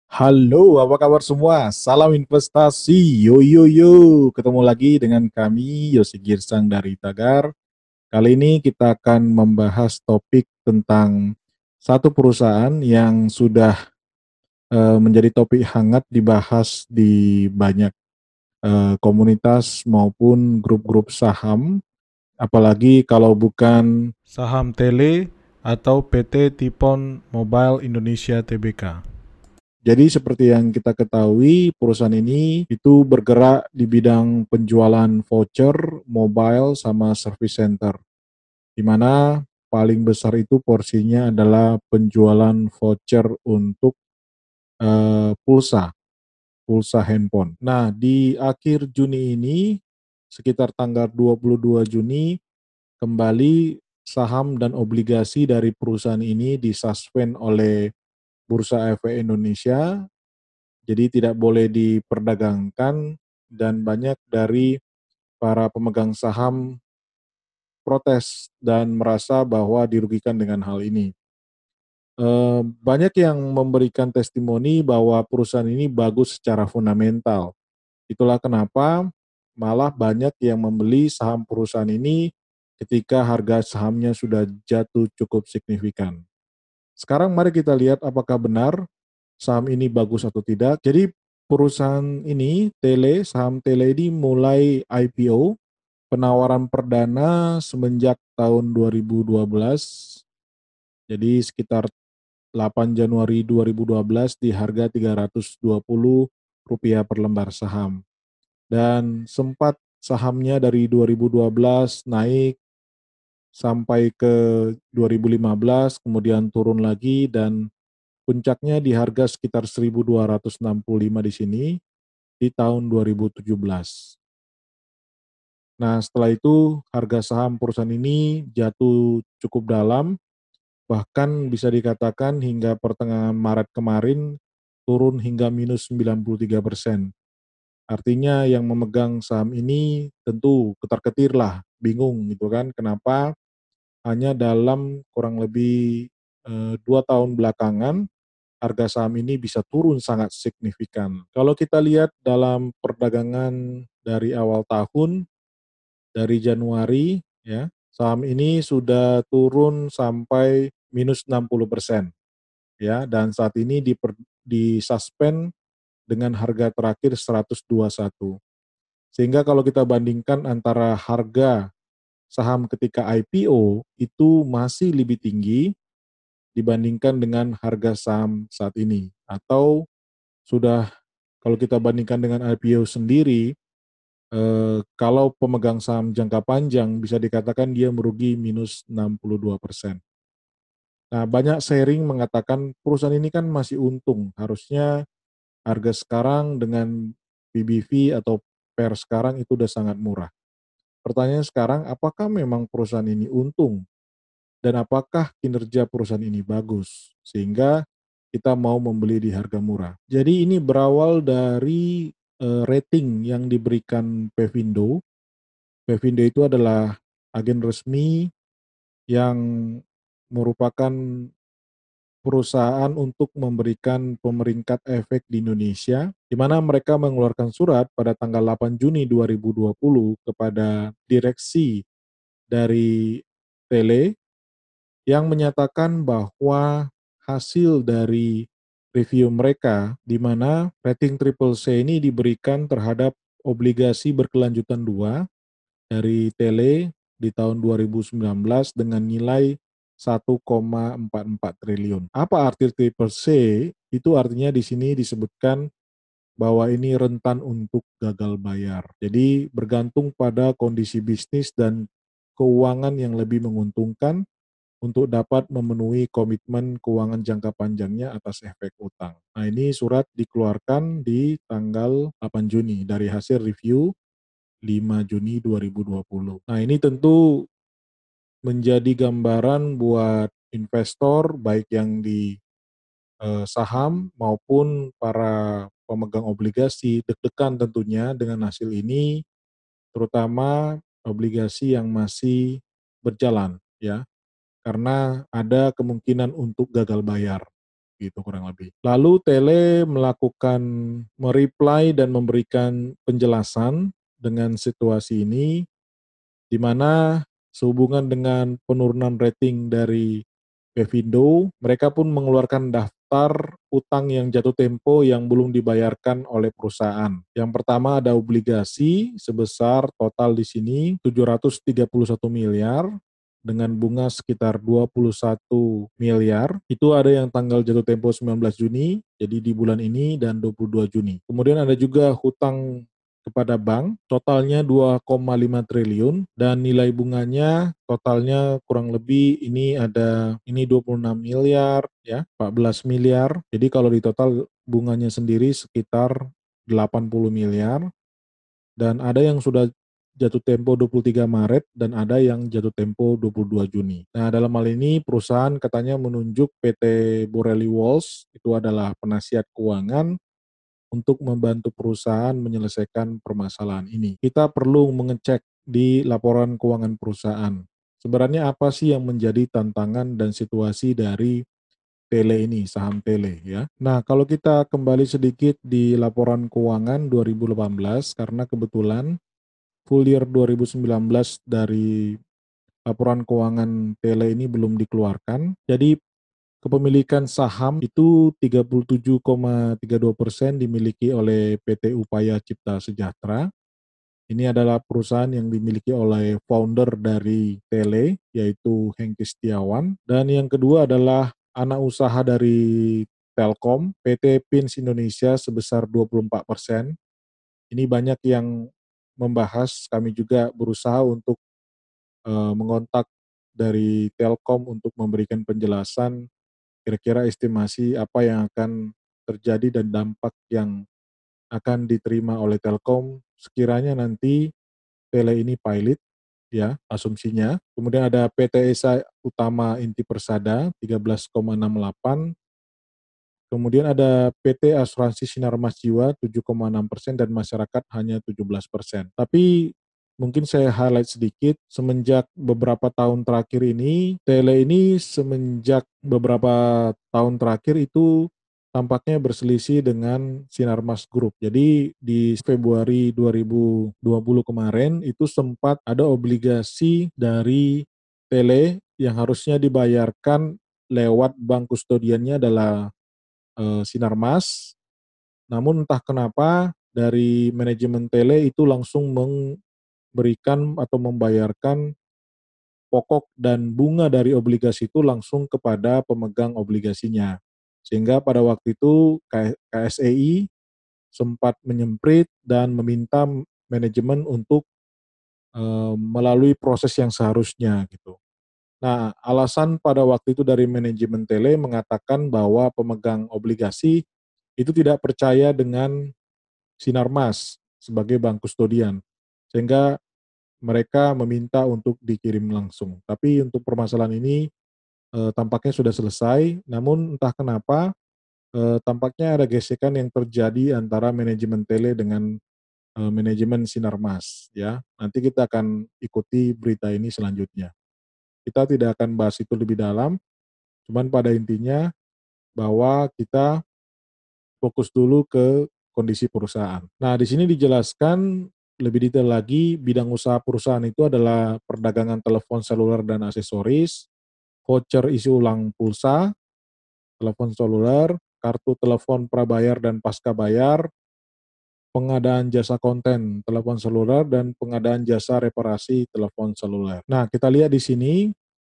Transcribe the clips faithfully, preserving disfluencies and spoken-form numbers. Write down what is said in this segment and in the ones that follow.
Halo, apa kabar semua? Salam investasi. Yo yo yo. Ketemu lagi dengan kami Yosi Girsang dari Tagar. Kali ini kita akan membahas topik tentang satu perusahaan yang sudah eh, menjadi topik hangat dibahas di banyak eh, komunitas maupun grup-grup saham, apalagi kalau bukan Saham Tele atau P T Tipon Mobile Indonesia Tbk. Jadi seperti yang kita ketahui, perusahaan ini itu bergerak di bidang penjualan voucher, mobile, sama service center. Di mana paling besar itu porsinya adalah penjualan voucher untuk eh, pulsa, pulsa handphone. Nah, di akhir Juni ini, sekitar tanggal dua puluh dua Juni, kembali saham dan obligasi dari perusahaan ini disuspend oleh Bursa Efek Indonesia, jadi tidak boleh diperdagangkan dan banyak dari para pemegang saham protes dan merasa bahwa dirugikan dengan hal ini. Eh, Banyak yang memberikan testimoni bahwa perusahaan ini bagus secara fundamental. Itulah kenapa malah banyak yang membeli saham perusahaan ini ketika harga sahamnya sudah jatuh cukup signifikan. Sekarang mari kita lihat apakah benar saham ini bagus atau tidak. Jadi perusahaan ini, Tele, saham Tele ini mulai I P O, penawaran perdana semenjak tahun dua ribu dua belas, jadi sekitar delapan Januari dua ribu dua belas di harga tiga ratus dua puluh rupiah per lembar saham. Dan sempat sahamnya dari dua ribu dua belas naik sampai ke dua ribu lima belas, kemudian turun lagi dan puncaknya di harga sekitar seribu dua ratus enam puluh lima di sini di tahun dua ribu tujuh belas. Nah, setelah itu harga saham perusahaan ini jatuh cukup dalam, bahkan bisa dikatakan hingga pertengahan Maret kemarin turun hingga minus sembilan puluh tiga persen. Artinya yang memegang saham ini tentu ketar-ketir lah, bingung gitu kan, kenapa hanya dalam kurang lebih eh, dua tahun belakangan harga saham ini bisa turun sangat signifikan. Kalau kita lihat dalam perdagangan dari awal tahun, dari Januari, ya, saham ini sudah turun sampai minus enam puluh persen, ya, dan saat ini diper, disuspend dengan harga terakhir seratus dua puluh satu. Sehingga kalau kita bandingkan antara harga saham ketika I P O itu masih lebih tinggi dibandingkan dengan harga saham saat ini. Atau sudah, kalau kita bandingkan dengan I P O sendiri, eh, kalau pemegang saham jangka panjang bisa dikatakan dia merugi minus enam puluh dua persen. Nah, banyak sharing mengatakan perusahaan ini kan masih untung, harusnya harga sekarang dengan P B V atau per sekarang itu udah sangat murah. Pertanyaan sekarang, apakah memang perusahaan ini untung? Dan apakah kinerja perusahaan ini bagus? Sehingga kita mau membeli di harga murah. Jadi ini berawal dari eh, rating yang diberikan Pevindo. Pevindo itu adalah agen resmi yang merupakan perusahaan untuk memberikan pemeringkat efek di Indonesia, di mana mereka mengeluarkan surat pada tanggal delapan Juni dua ribu dua puluh kepada direksi dari Tele yang menyatakan bahwa hasil dari review mereka di mana rating triple C ini diberikan terhadap obligasi berkelanjutan dua dari Tele di tahun dua ribu sembilan belas dengan nilai satu koma empat empat triliun. Apa arti triple C? Itu artinya di sini disebutkan bahwa ini rentan untuk gagal bayar. Jadi bergantung pada kondisi bisnis dan keuangan yang lebih menguntungkan untuk dapat memenuhi komitmen keuangan jangka panjangnya atas efek utang. Nah, ini surat dikeluarkan di tanggal delapan Juni dari hasil review lima Juni dua ribu dua puluh. Nah, ini tentu menjadi gambaran buat investor baik yang di eh, saham maupun para pemegang obligasi deg-degan tentunya dengan hasil ini, terutama obligasi yang masih berjalan, ya, karena ada kemungkinan untuk gagal bayar. gitu kurang lebih. Lalu Tele melakukan mereply dan memberikan penjelasan dengan situasi ini, di mana sehubungan dengan penurunan rating dari Pevindo, mereka pun mengeluarkan daftar utang yang jatuh tempo yang belum dibayarkan oleh perusahaan. Yang pertama ada obligasi sebesar total di sini tujuh ratus tiga puluh satu miliar dengan bunga sekitar dua puluh satu miliar. Itu ada yang tanggal jatuh tempo sembilan belas Juni, jadi di bulan ini, dan dua puluh dua Juni. Kemudian ada juga hutang kepada bank, totalnya dua koma lima triliun dan nilai bunganya totalnya kurang lebih ini ada ini dua puluh enam miliar ya, empat belas miliar. Jadi kalau di total bunganya sendiri sekitar delapan puluh miliar dan ada yang sudah jatuh tempo dua puluh tiga Maret dan ada yang jatuh tempo dua puluh dua Juni. Nah, dalam hal ini perusahaan katanya menunjuk P T Borelli Walls itu adalah penasihat keuangan untuk membantu perusahaan menyelesaikan permasalahan ini. Kita perlu mengecek di laporan keuangan perusahaan. Sebenarnya apa sih yang menjadi tantangan dan situasi dari Tele ini, saham Tele ya. Nah, kalau kita kembali sedikit di laporan keuangan dua ribu delapan belas, karena kebetulan full year dua ribu sembilan belas dari laporan keuangan Tele ini belum dikeluarkan. Jadi kepemilikan saham itu tiga puluh tujuh koma tiga dua persen dimiliki oleh P T Upaya Cipta Sejahtera. Ini adalah perusahaan yang dimiliki oleh founder dari Tele, yaitu Hengki Setiawan. Dan yang kedua adalah anak usaha dari Telkom, P T Pins Indonesia sebesar dua puluh empat persen. Ini banyak yang membahas, kami juga berusaha untuk uh, mengontak dari Telkom untuk memberikan penjelasan kira-kira estimasi apa yang akan terjadi dan dampak yang akan diterima oleh Telkom sekiranya nanti Tele ini pilot ya asumsinya. Kemudian ada P T Esa Utama Inti Persada tiga belas koma enam delapan. Kemudian ada P T Asuransi Sinarmas Jiwa tujuh koma enam persen dan masyarakat hanya tujuh belas persen. Tapi mungkin saya highlight sedikit, semenjak beberapa tahun terakhir ini, Tele ini semenjak beberapa tahun terakhir itu tampaknya berselisih dengan Sinarmas Group. Jadi di Februari dua ribu dua puluh kemarin itu sempat ada obligasi dari Tele yang harusnya dibayarkan lewat bank kustodiannya adalah eh, Sinarmas. Namun entah kenapa dari manajemen Tele itu langsung memberikan atau membayarkan pokok dan bunga dari obligasi itu langsung kepada pemegang obligasinya. Sehingga pada waktu itu K S E I sempat menyemprit dan meminta manajemen untuk eh, melalui proses yang seharusnya gitu. Nah, alasan pada waktu itu dari manajemen Tele mengatakan bahwa pemegang obligasi itu tidak percaya dengan Sinarmas sebagai bank kustodian, sehingga mereka meminta untuk dikirim langsung. Tapi untuk permasalahan ini eh, tampaknya sudah selesai, namun entah kenapa eh, tampaknya ada gesekan yang terjadi antara manajemen Tele dengan eh, manajemen Sinarmas. Ya, nanti kita akan ikuti berita ini selanjutnya. Kita tidak akan bahas itu lebih dalam, cuman pada intinya bahwa kita fokus dulu ke kondisi perusahaan. Nah, di sini dijelaskan lebih detail lagi, bidang usaha perusahaan itu adalah perdagangan telepon seluler dan aksesoris, voucher isi ulang pulsa, telepon seluler, kartu telepon prabayar dan pasca bayar, pengadaan jasa konten telepon seluler, dan pengadaan jasa reparasi telepon seluler. Nah, kita lihat di sini,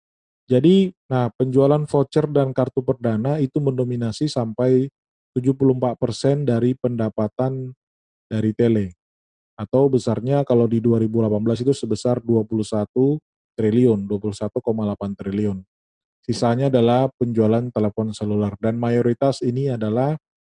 jadi nah penjualan voucher dan kartu perdana itu mendominasi sampai tujuh puluh empat persen dari pendapatan dari Tele. Atau besarnya kalau di dua ribu delapan belas itu sebesar dua puluh satu triliun, dua puluh satu koma delapan triliun. Sisanya adalah penjualan telepon seluler dan mayoritas ini adalah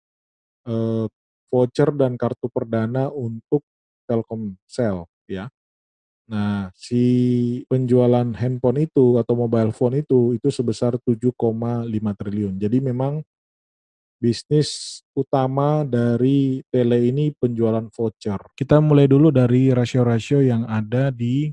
eh, voucher dan kartu perdana untuk Telkomsel ya. Nah, si penjualan handphone itu atau mobile phone itu itu sebesar tujuh koma lima triliun. Jadi memang bisnis utama dari Tele ini penjualan voucher. Kita mulai dulu dari rasio-rasio yang ada di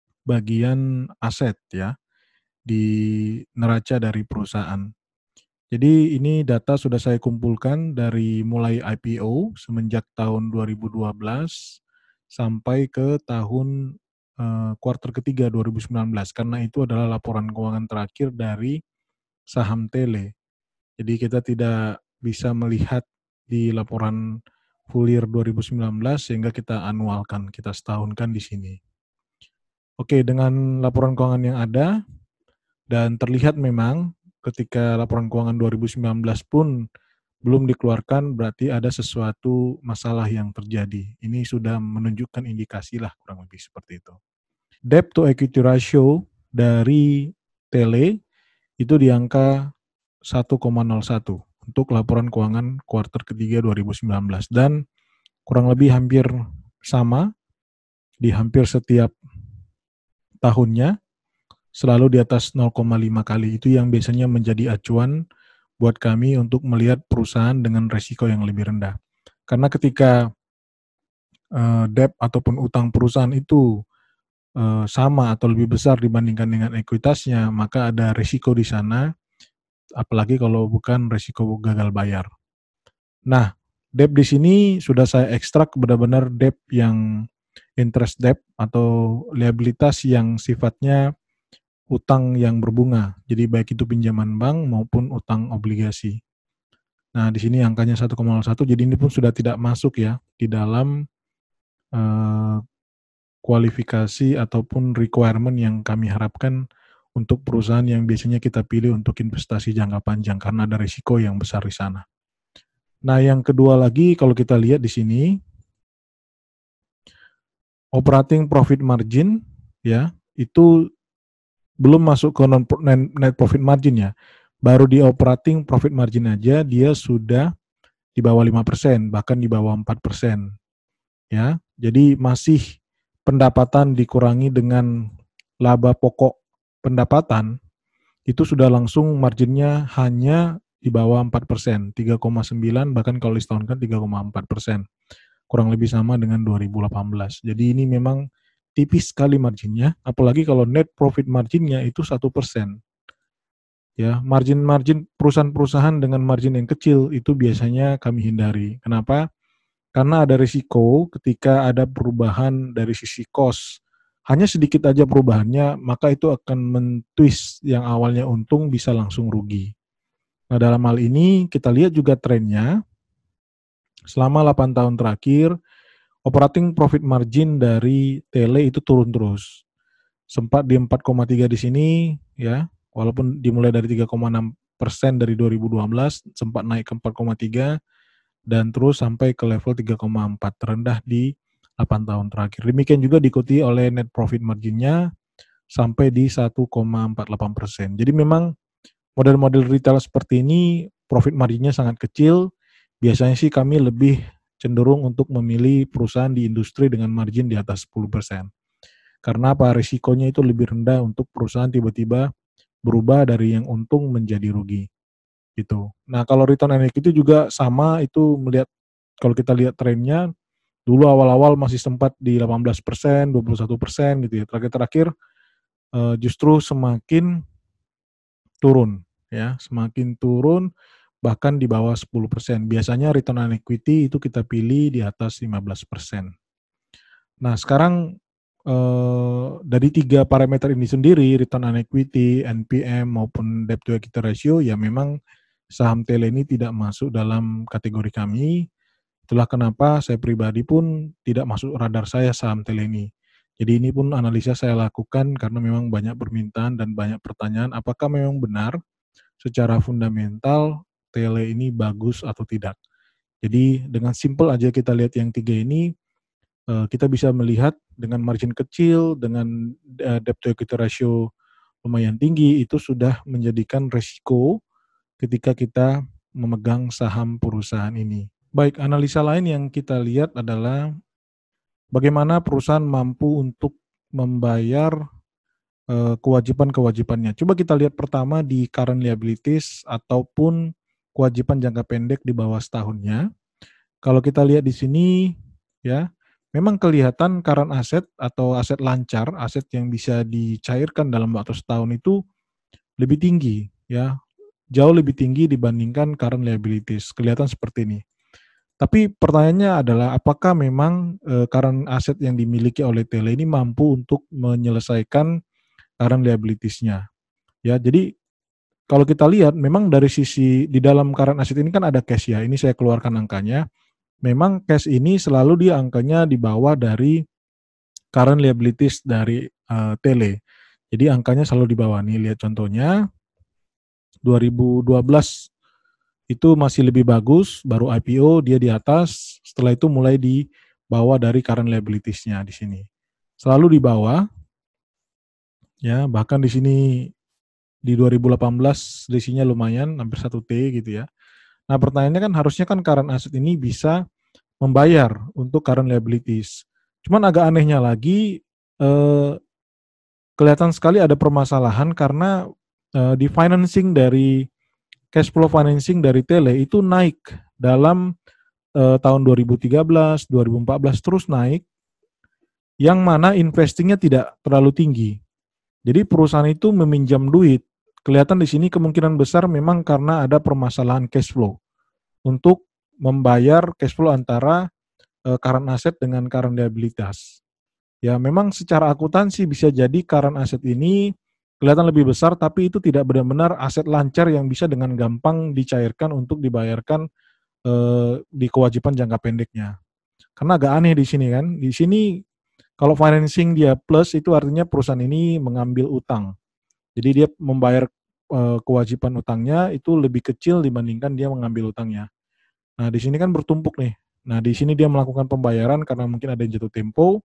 bagian aset ya, di neraca dari perusahaan. Jadi ini data sudah saya kumpulkan dari mulai I P O semenjak tahun dua ribu dua belas sampai ke tahun eh, kuartal ketiga dua ribu sembilan belas, karena itu adalah laporan keuangan terakhir dari saham Tele. Jadi kita tidak bisa melihat di laporan full year dua ribu sembilan belas sehingga kita anualkan, kita setahunkan di sini. Oke, dengan laporan keuangan yang ada dan terlihat memang ketika laporan keuangan dua ribu sembilan belas pun belum dikeluarkan, berarti ada sesuatu masalah yang terjadi. Ini sudah menunjukkan indikasi lah, kurang lebih seperti itu. Debt to equity ratio dari Tele itu di angka satu koma nol satu untuk laporan keuangan kuartal ketiga dua ribu sembilan belas, dan kurang lebih hampir sama di hampir setiap tahunnya, selalu di atas nol koma lima kali. Itu yang biasanya menjadi acuan buat kami untuk melihat perusahaan dengan resiko yang lebih rendah. Karena ketika uh, debt ataupun utang perusahaan itu uh, sama atau lebih besar dibandingkan dengan ekuitasnya, maka ada resiko di sana, apalagi kalau bukan resiko gagal bayar. Nah, debt di sini sudah saya ekstrak benar-benar debt yang interest debt atau liabilitas yang sifatnya utang yang berbunga. Jadi baik itu pinjaman bank maupun utang obligasi. Nah, di sini angkanya satu koma nol satu, jadi ini pun sudah tidak masuk ya di dalam uh, kualifikasi ataupun requirement yang kami harapkan untuk perusahaan yang biasanya kita pilih untuk investasi jangka panjang karena ada risiko yang besar di sana. Nah, yang kedua lagi kalau kita lihat di sini operating profit margin ya, itu belum masuk ke non net profit margin ya. Baru di operating profit margin aja dia sudah di bawah lima persen, bahkan di bawah empat persen. Ya. Jadi masih pendapatan dikurangi dengan laba pokok pendapatan, itu sudah langsung marginnya hanya di bawah empat persen, tiga koma sembilan, bahkan kalau disetahunkan tiga koma empat persen. Kurang lebih sama dengan dua ribu delapan belas. Jadi ini memang tipis sekali marginnya, apalagi kalau net profit marginnya itu satu persen. Ya, margin-margin perusahaan-perusahaan dengan margin yang kecil itu biasanya kami hindari. Kenapa? Karena ada risiko ketika ada perubahan dari sisi cost. Hanya sedikit aja perubahannya, maka itu akan mentwist yang awalnya untung bisa langsung rugi. Nah, dalam hal ini kita lihat juga trennya. Selama delapan tahun terakhir, operating profit margin dari Tele itu turun terus. Sempat di empat koma tiga di sini, ya, walaupun dimulai dari tiga koma enam persen dari dua ribu dua belas, sempat naik ke empat koma tiga, dan terus sampai ke level tiga koma empat, terendah di delapan tahun terakhir. Demikian juga diikuti oleh net profit marginnya sampai di satu koma empat delapan persen. Jadi memang model-model retail seperti ini profit marginnya sangat kecil. Biasanya sih kami lebih cenderung untuk memilih perusahaan di industri dengan margin di atas sepuluh persen. Karena apa? Risikonya itu lebih rendah untuk perusahaan tiba-tiba berubah dari yang untung menjadi rugi. Gitu. Nah, kalau return on equity juga sama, itu melihat kalau kita lihat trennya, dulu awal-awal masih sempat di delapan belas persen, dua puluh satu persen gitu ya. Terakhir-terakhir uh, justru semakin turun ya, semakin turun bahkan di bawah sepuluh persen. Biasanya return on equity itu kita pilih di atas lima belas persen. Nah, sekarang eh, dari tiga parameter ini sendiri, return on equity, N P M maupun debt to equity ratio, ya memang saham Tele ini tidak masuk dalam kategori kami. Itulah kenapa saya pribadi pun tidak masuk radar saya saham Tele ini. Jadi ini pun analisa saya lakukan karena memang banyak permintaan dan banyak pertanyaan apakah memang benar secara fundamental Tele ini bagus atau tidak. Jadi dengan simple aja kita lihat yang tiga ini, kita bisa melihat dengan margin kecil, dengan debt to equity ratio lumayan tinggi, itu sudah menjadikan resiko ketika kita memegang saham perusahaan ini. Baik, analisa lain yang kita lihat adalah bagaimana perusahaan mampu untuk membayar uh, kewajiban-kewajibannya. Coba kita lihat pertama di current liabilities ataupun kewajiban jangka pendek di bawah setahunnya. Kalau kita lihat di sini, ya, memang kelihatan current asset atau aset lancar, aset yang bisa dicairkan dalam waktu setahun itu lebih tinggi, ya. jauh lebih tinggi dibandingkan current liabilities. Kelihatan seperti ini. Tapi pertanyaannya adalah apakah memang uh, current asset yang dimiliki oleh Tele ini mampu untuk menyelesaikan current liabilities-nya. Ya, jadi kalau kita lihat memang dari sisi di dalam current asset ini kan ada cash ya. Ini saya keluarkan angkanya. Memang cash ini selalu dia angkanya di bawah dari current liabilities dari uh, Tele. Jadi angkanya selalu di bawah. Nih lihat contohnya dua ribu dua belas itu masih lebih bagus, baru I P O dia di atas, setelah itu mulai di bawah dari current liabilities-nya di sini. Selalu di bawah, ya bahkan di sini di dua ribu delapan belas selisihnya lumayan, hampir satu T gitu ya. Nah pertanyaannya kan harusnya kan current asset ini bisa membayar untuk current liabilities. Cuman agak anehnya lagi, eh, kelihatan sekali ada permasalahan karena eh, di financing dari cash flow financing dari Tele itu naik dalam eh, tahun dua ribu tiga belas, dua ribu empat belas terus naik, yang mana investingnya tidak terlalu tinggi. Jadi perusahaan itu meminjam duit. Kelihatan di sini kemungkinan besar memang karena ada permasalahan cash flow untuk membayar cash flow antara eh, current asset dengan current liabilitas. Ya memang secara akuntansi bisa jadi current asset ini kelihatan lebih besar, tapi itu tidak benar-benar aset lancar yang bisa dengan gampang dicairkan untuk dibayarkan eh, di kewajiban jangka pendeknya. Karena agak aneh di sini kan. Di sini kalau financing dia plus itu artinya perusahaan ini mengambil utang. Jadi dia membayar eh, kewajiban utangnya itu lebih kecil dibandingkan dia mengambil utangnya. Nah, di sini kan bertumpuk nih. Nah, di sini dia melakukan pembayaran karena mungkin ada yang jatuh tempo.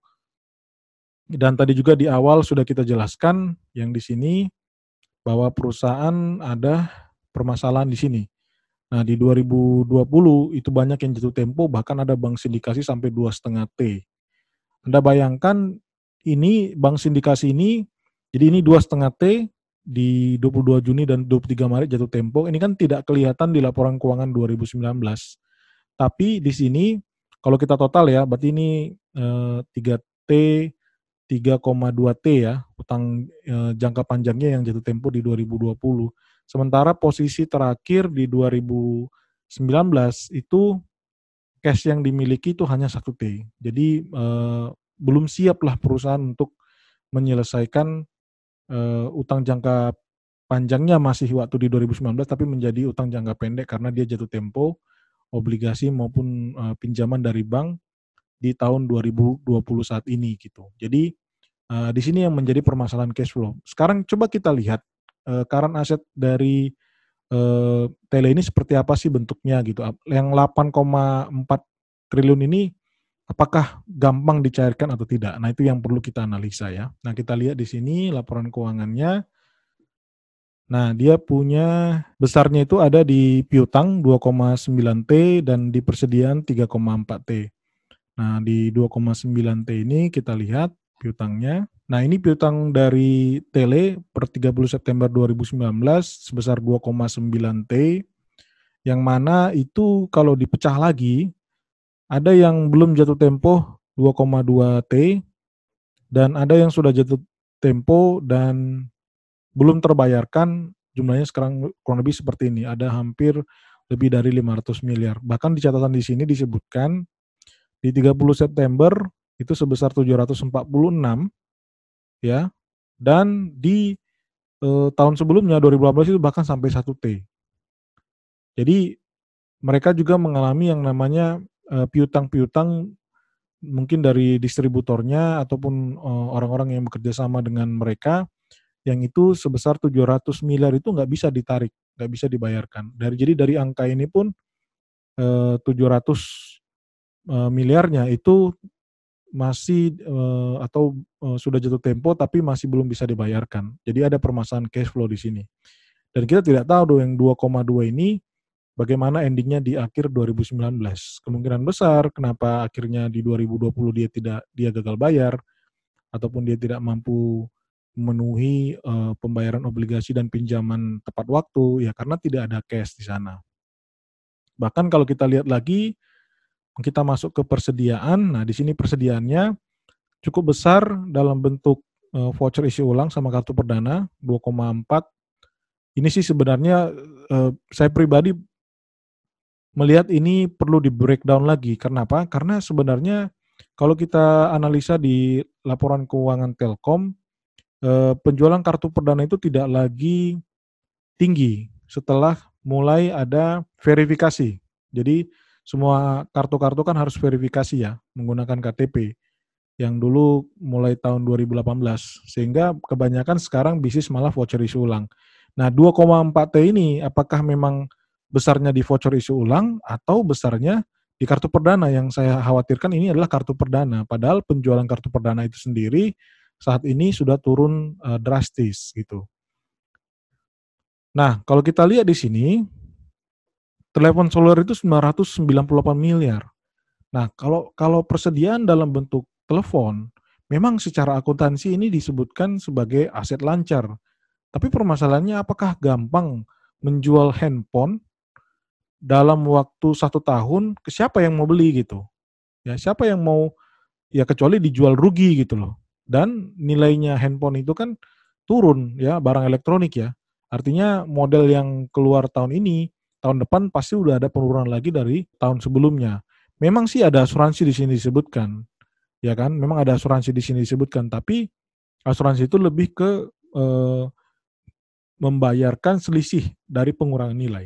Dan tadi juga di awal sudah kita jelaskan yang di sini bahwa perusahaan ada permasalahan di sini. Nah, di dua ribu dua puluh itu banyak yang jatuh tempo, bahkan ada bank sindikasi sampai dua koma lima T. Anda bayangkan ini bank sindikasi ini, jadi ini dua koma lima T di dua puluh dua Juni dan dua puluh tiga Maret jatuh tempo. Ini kan tidak kelihatan di laporan keuangan dua ribu sembilan belas. Tapi di sini kalau kita total ya, berarti ini eh, tiga T, tiga koma dua T ya, utang eh, jangka panjangnya yang jatuh tempo di dua ribu dua puluh. Sementara posisi terakhir di dua ribu sembilan belas itu cash yang dimiliki itu hanya satu T. Jadi eh, belum siap lah perusahaan untuk menyelesaikan eh, utang jangka panjangnya masih waktu di dua ribu sembilan belas tapi menjadi utang jangka pendek karena dia jatuh tempo obligasi maupun uh, pinjaman dari bank di tahun dua ribu dua puluh saat ini gitu. Jadi uh, di sini yang menjadi permasalahan cash flow. Sekarang coba kita lihat uh, current asset dari uh, Tele ini seperti apa sih bentuknya gitu. Yang delapan koma empat triliun ini apakah gampang dicairkan atau tidak? Nah, itu yang perlu kita analisa ya. Nah, kita lihat di sini laporan keuangannya. Nah, dia punya besarnya itu ada di piutang dua koma sembilan T dan di persediaan tiga koma empat T. Nah, di dua koma sembilan T ini kita lihat piutangnya. Nah, ini piutang dari Tele per tiga puluh September dua ribu sembilan belas sebesar dua koma sembilan T, yang mana itu kalau dipecah lagi, ada yang belum jatuh tempo dua koma dua T, dan ada yang sudah jatuh tempo dan belum terbayarkan, jumlahnya sekarang kurang lebih seperti ini, ada hampir lebih dari lima ratus miliar. Bahkan di catatan di sini disebutkan di tiga puluh September itu sebesar tujuh ratus empat puluh enam ya, dan di eh, tahun sebelumnya dua ribu delapan belas itu bahkan sampai satu T. Jadi mereka juga mengalami yang namanya eh, piutang-piutang mungkin dari distributornya ataupun eh, orang-orang yang bekerja sama dengan mereka, yang itu sebesar tujuh ratus miliar itu nggak bisa ditarik, nggak bisa dibayarkan. Dari jadi dari angka ini pun eh, tujuh ratus eh, miliarnya itu masih eh, atau eh, sudah jatuh tempo tapi masih belum bisa dibayarkan. Jadi ada permasalahan cash flow di sini. Dan kita tidak tahu dong yang dua koma dua ini bagaimana endingnya di akhir dua ribu sembilan belas. Kemungkinan besar kenapa akhirnya di dua ribu dua puluh dia tidak dia gagal bayar ataupun dia tidak mampu memenuhi uh, pembayaran obligasi dan pinjaman tepat waktu, ya karena tidak ada cash di sana. Bahkan kalau kita lihat lagi, kita masuk ke persediaan, nah di sini persediaannya cukup besar dalam bentuk uh, voucher isi ulang sama kartu perdana, dua koma empat, Ini sih sebenarnya uh, saya pribadi melihat ini perlu di breakdown lagi. Karena apa? Karena sebenarnya kalau kita analisa di laporan keuangan Telkom, eh, penjualan kartu perdana itu tidak lagi tinggi setelah mulai ada verifikasi. Jadi semua kartu-kartu kan harus verifikasi ya menggunakan K T P yang dulu mulai tahun dua ribu delapan belas, sehingga kebanyakan sekarang bisnis malah voucher isi ulang. Nah, dua koma empat T ini apakah memang besarnya di voucher isi ulang atau besarnya di kartu perdana? Yang saya khawatirkan ini adalah kartu perdana, padahal penjualan kartu perdana itu sendiri saat ini sudah turun uh, drastis gitu. Nah, kalau kita lihat di sini, telepon seluler itu sembilan ratus sembilan puluh delapan miliar. Nah, kalau kalau persediaan dalam bentuk telepon, memang secara akuntansi ini disebutkan sebagai aset lancar. Tapi permasalahannya apakah gampang menjual handphone dalam waktu satu tahun ke siapa yang mau beli gitu? Ya, siapa yang mau, ya kecuali dijual rugi gitu loh. Dan nilainya handphone itu kan turun ya, barang elektronik ya. Artinya model yang keluar tahun ini, tahun depan pasti udah ada penurunan lagi dari tahun sebelumnya. Memang sih ada asuransi di sini disebutkan, ya kan? Memang ada asuransi di sini disebutkan, tapi asuransi itu lebih ke eh, membayarkan selisih dari pengurangan nilai,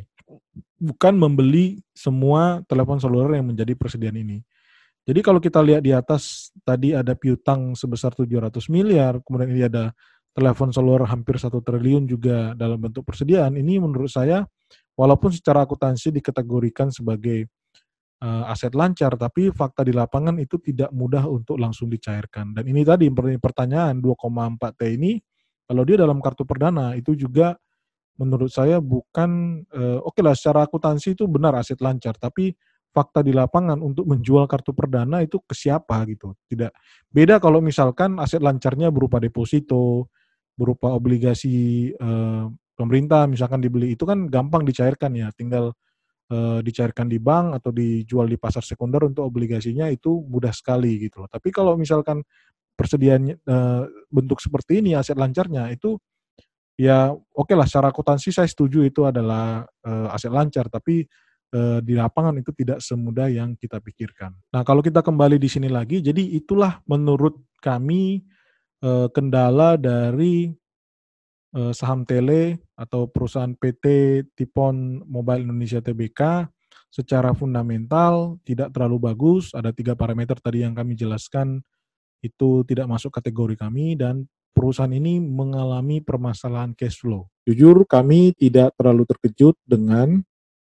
bukan membeli semua telepon seluler yang menjadi persediaan ini. Jadi kalau kita lihat di atas, tadi ada piutang sebesar tujuh ratus miliar, kemudian ini ada telepon seluler hampir satu triliun juga dalam bentuk persediaan. Ini menurut saya, walaupun secara akuntansi dikategorikan sebagai uh, aset lancar, tapi fakta di lapangan itu tidak mudah untuk langsung dicairkan. Dan ini tadi pertanyaan, dua koma empat T ini, kalau dia dalam kartu perdana, itu juga menurut saya bukan, uh, oke lah secara akuntansi itu benar aset lancar, tapi fakta di lapangan untuk menjual kartu perdana itu ke siapa gitu. Tidak beda kalau misalkan aset lancarnya berupa deposito, berupa obligasi eh, pemerintah misalkan dibeli, itu kan gampang dicairkan ya, tinggal eh, dicairkan di bank atau dijual di pasar sekunder untuk obligasinya, itu mudah sekali gitu loh. Tapi kalau misalkan persediaan eh, bentuk seperti ini aset lancarnya itu, ya oke lah secara akuntansi saya setuju itu adalah eh, aset lancar, tapi eh, di lapangan itu tidak semudah yang kita pikirkan. Nah, kalau kita kembali di sini lagi, jadi itulah menurut kami eh, kendala dari eh, saham Tele atau perusahaan P T Tipon Mobile Indonesia Tbk. Secara fundamental tidak terlalu bagus, ada tiga parameter tadi yang kami jelaskan itu tidak masuk kategori kami, dan perusahaan ini mengalami permasalahan cash flow. Jujur kami tidak terlalu terkejut dengan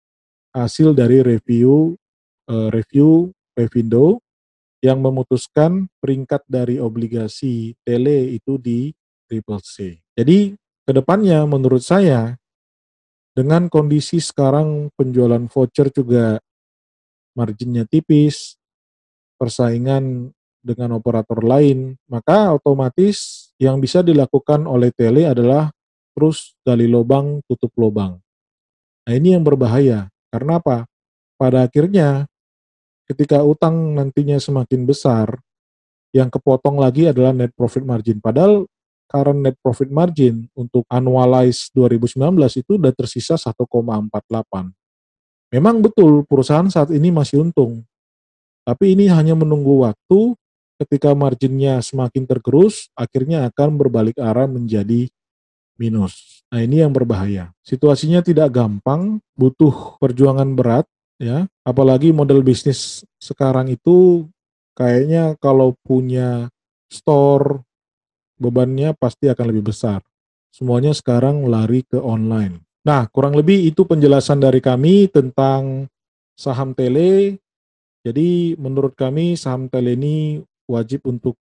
hasil dari review uh, review Revindo yang memutuskan peringkat dari obligasi Tele itu di triple C. Jadi kedepannya menurut saya dengan kondisi sekarang penjualan voucher juga marginnya tipis, persaingan dengan operator lain, maka otomatis yang bisa dilakukan oleh Tele adalah terus gali lubang, tutup lubang. Nah ini yang berbahaya. Karena apa? Pada akhirnya ketika utang nantinya semakin besar, yang kepotong lagi adalah net profit margin. Padahal current net profit margin untuk annualize dua ribu sembilan belas itu udah tersisa satu koma empat delapan. Memang betul perusahaan saat ini masih untung, tapi ini hanya menunggu waktu. Ketika marginnya semakin tergerus, akhirnya akan berbalik arah menjadi minus. Nah ini yang berbahaya. Situasinya tidak gampang, butuh perjuangan berat, ya. Apalagi model bisnis sekarang itu kayaknya kalau punya store, bebannya pasti akan lebih besar. Semuanya sekarang lari ke online. Nah, kurang lebih itu penjelasan dari kami tentang saham Tele. Jadi menurut kami saham Tele ini wajib untuk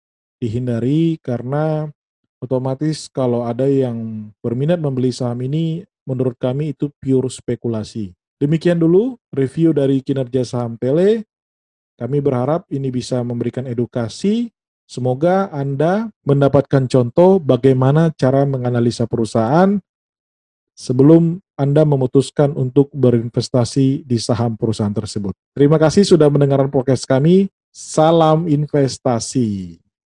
dihindari karena otomatis kalau ada yang berminat membeli saham ini, menurut kami itu pure spekulasi. Demikian dulu review dari kinerja saham Tele. Kami berharap ini bisa memberikan edukasi. Semoga Anda mendapatkan contoh bagaimana cara menganalisa perusahaan sebelum Anda memutuskan untuk berinvestasi di saham perusahaan tersebut. Terima kasih sudah mendengarkan podcast kami. Salam investasi.